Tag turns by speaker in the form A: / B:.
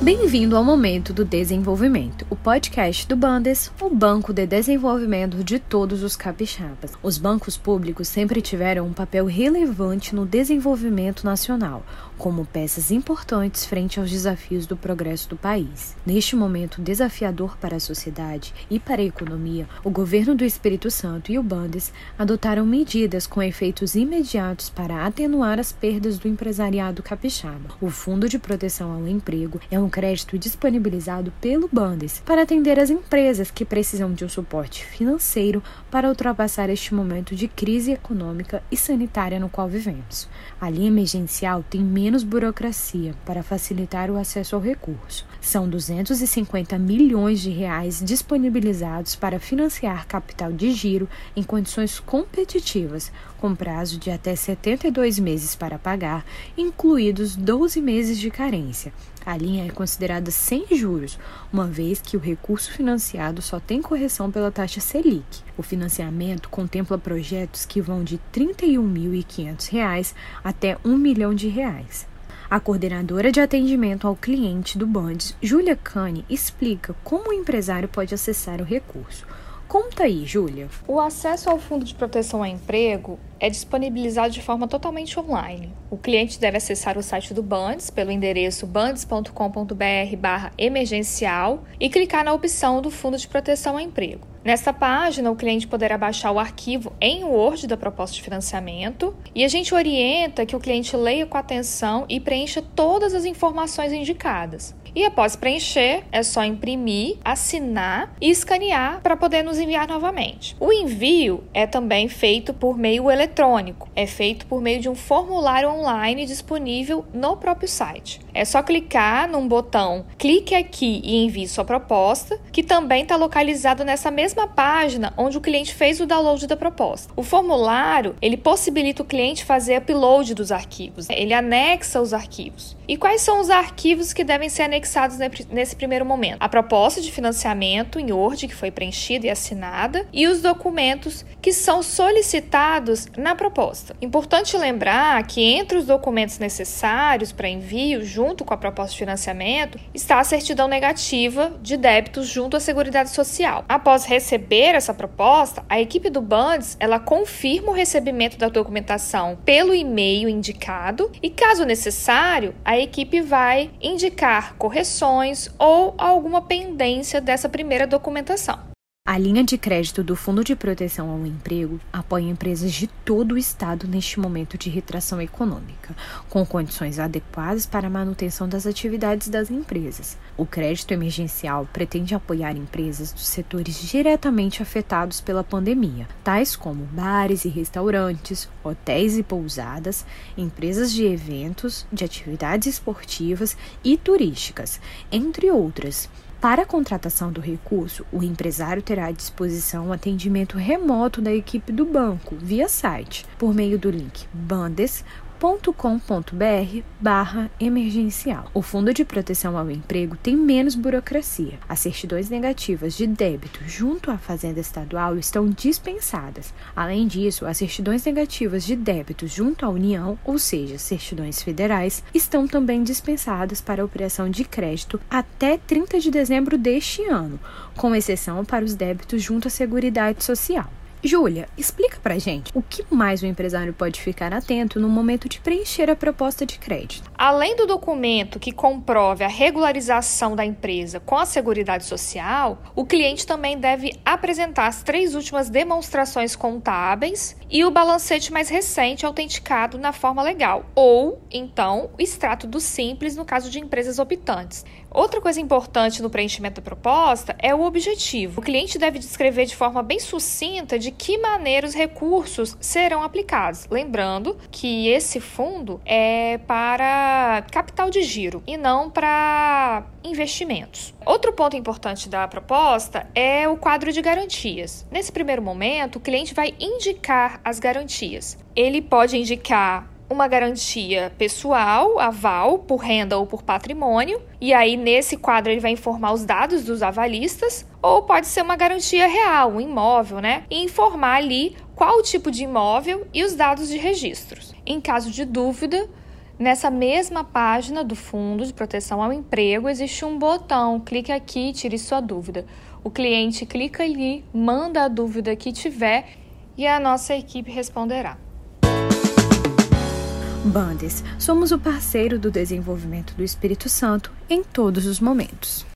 A: Bem-vindo ao Momento do Desenvolvimento, o podcast do Bandes, o banco de desenvolvimento de todos os capixabas. Os bancos públicos sempre tiveram um papel relevante no desenvolvimento nacional, como peças importantes frente aos desafios do progresso do país. Neste momento desafiador para a sociedade e para a economia, o governo do Espírito Santo e o Bandes adotaram medidas com efeitos imediatos para atenuar as perdas do empresariado capixaba. O Fundo de Proteção ao Emprego é um crédito disponibilizado pelo Bandes para atender as empresas que precisam de um suporte financeiro para ultrapassar este momento de crise econômica e sanitária no qual vivemos. A linha emergencial tem menos burocracia para facilitar o acesso ao recurso. São 250 milhões de reais disponibilizados para financiar capital de giro em condições competitivas, com prazo de até 72 meses para pagar, incluídos 12 meses de carência. A linha é considerada sem juros, uma vez que o recurso financiado só tem correção pela taxa Selic. O financiamento contempla projetos que vão de R$ 31.500 até R$ 1 milhão. A coordenadora de atendimento ao cliente do Bandes, Júlia Cane, explica como o empresário pode acessar o recurso. Conta aí, Júlia.
B: O acesso ao Fundo de Proteção ao Emprego é disponibilizado de forma totalmente online. O cliente deve acessar o site do Bandes pelo endereço bandes.com.br/emergencial e clicar na opção do Fundo de Proteção ao Emprego. Nesta página, o cliente poderá baixar o arquivo em Word da proposta de financiamento e a gente orienta que o cliente leia com atenção e preencha todas as informações indicadas. E após preencher, é só imprimir, assinar e escanear para poder nos enviar novamente. O envio é também feito por meio eletrônico. É feito por meio de um formulário online disponível no próprio site. É só clicar num botão clique aqui e envie sua proposta, que também está localizado nessa mesma página onde o cliente fez o download da proposta. O formulário, ele possibilita o cliente fazer upload dos arquivos. Ele anexa os arquivos. E quais são os arquivos que devem ser anexados nesse primeiro momento? A proposta de financiamento em Word, que foi preenchida e assinada, e os documentos que são solicitados na proposta. Importante lembrar que entre os documentos necessários para envio, junto com a proposta de financiamento, está a certidão negativa de débitos junto à Seguridade Social. Após receber essa proposta, a equipe do Bandes, ela confirma o recebimento da documentação pelo e-mail indicado e, caso necessário, a equipe vai indicar correções ou alguma pendência dessa primeira documentação.
A: A linha de crédito do Fundo de Proteção ao Emprego apoia empresas de todo o estado neste momento de retração econômica, com condições adequadas para a manutenção das atividades das empresas. O crédito emergencial pretende apoiar empresas dos setores diretamente afetados pela pandemia, tais como bares e restaurantes, hotéis e pousadas, empresas de eventos, de atividades esportivas e turísticas, entre outras. Para a contratação do recurso, o empresário terá à disposição o atendimento remoto da equipe do banco, via site, por meio do link bandes.com.br/emergencial. O Fundo de Proteção ao Emprego tem menos burocracia. As certidões negativas de débito junto à Fazenda Estadual estão dispensadas. Além disso, as certidões negativas de débito junto à União, ou seja, certidões federais, estão também dispensadas para a operação de crédito até 30 de dezembro deste ano, com exceção para os débitos junto à Seguridade Social. Júlia, explica pra gente o que mais o empresário pode ficar atento no momento de preencher a proposta de crédito.
B: Além do documento que comprove a regularização da empresa com a Seguridade Social, o cliente também deve apresentar as 3 últimas demonstrações contábeis e o balancete mais recente autenticado na forma legal, ou, então, o extrato do Simples no caso de empresas optantes. Outra coisa importante no preenchimento da proposta é o objetivo. O cliente deve descrever de forma bem sucinta de que maneira os recursos serão aplicados. Lembrando que esse fundo é para capital de giro e não para investimentos. Outro ponto importante da proposta é o quadro de garantias. Nesse primeiro momento, o cliente vai indicar as garantias. Ele pode indicar uma garantia pessoal, aval, por renda ou por patrimônio, e aí nesse quadro ele vai informar os dados dos avalistas, ou pode ser uma garantia real, um imóvel, né? E informar ali qual o tipo de imóvel e os dados de registros. Em caso de dúvida, Nessa mesma página do Fundo de Proteção ao Emprego, existe um botão, clique aqui e tire sua dúvida. O cliente clica ali, manda a dúvida que tiver e a nossa equipe responderá.
A: Bandes, somos o parceiro do desenvolvimento do Espírito Santo em todos os momentos.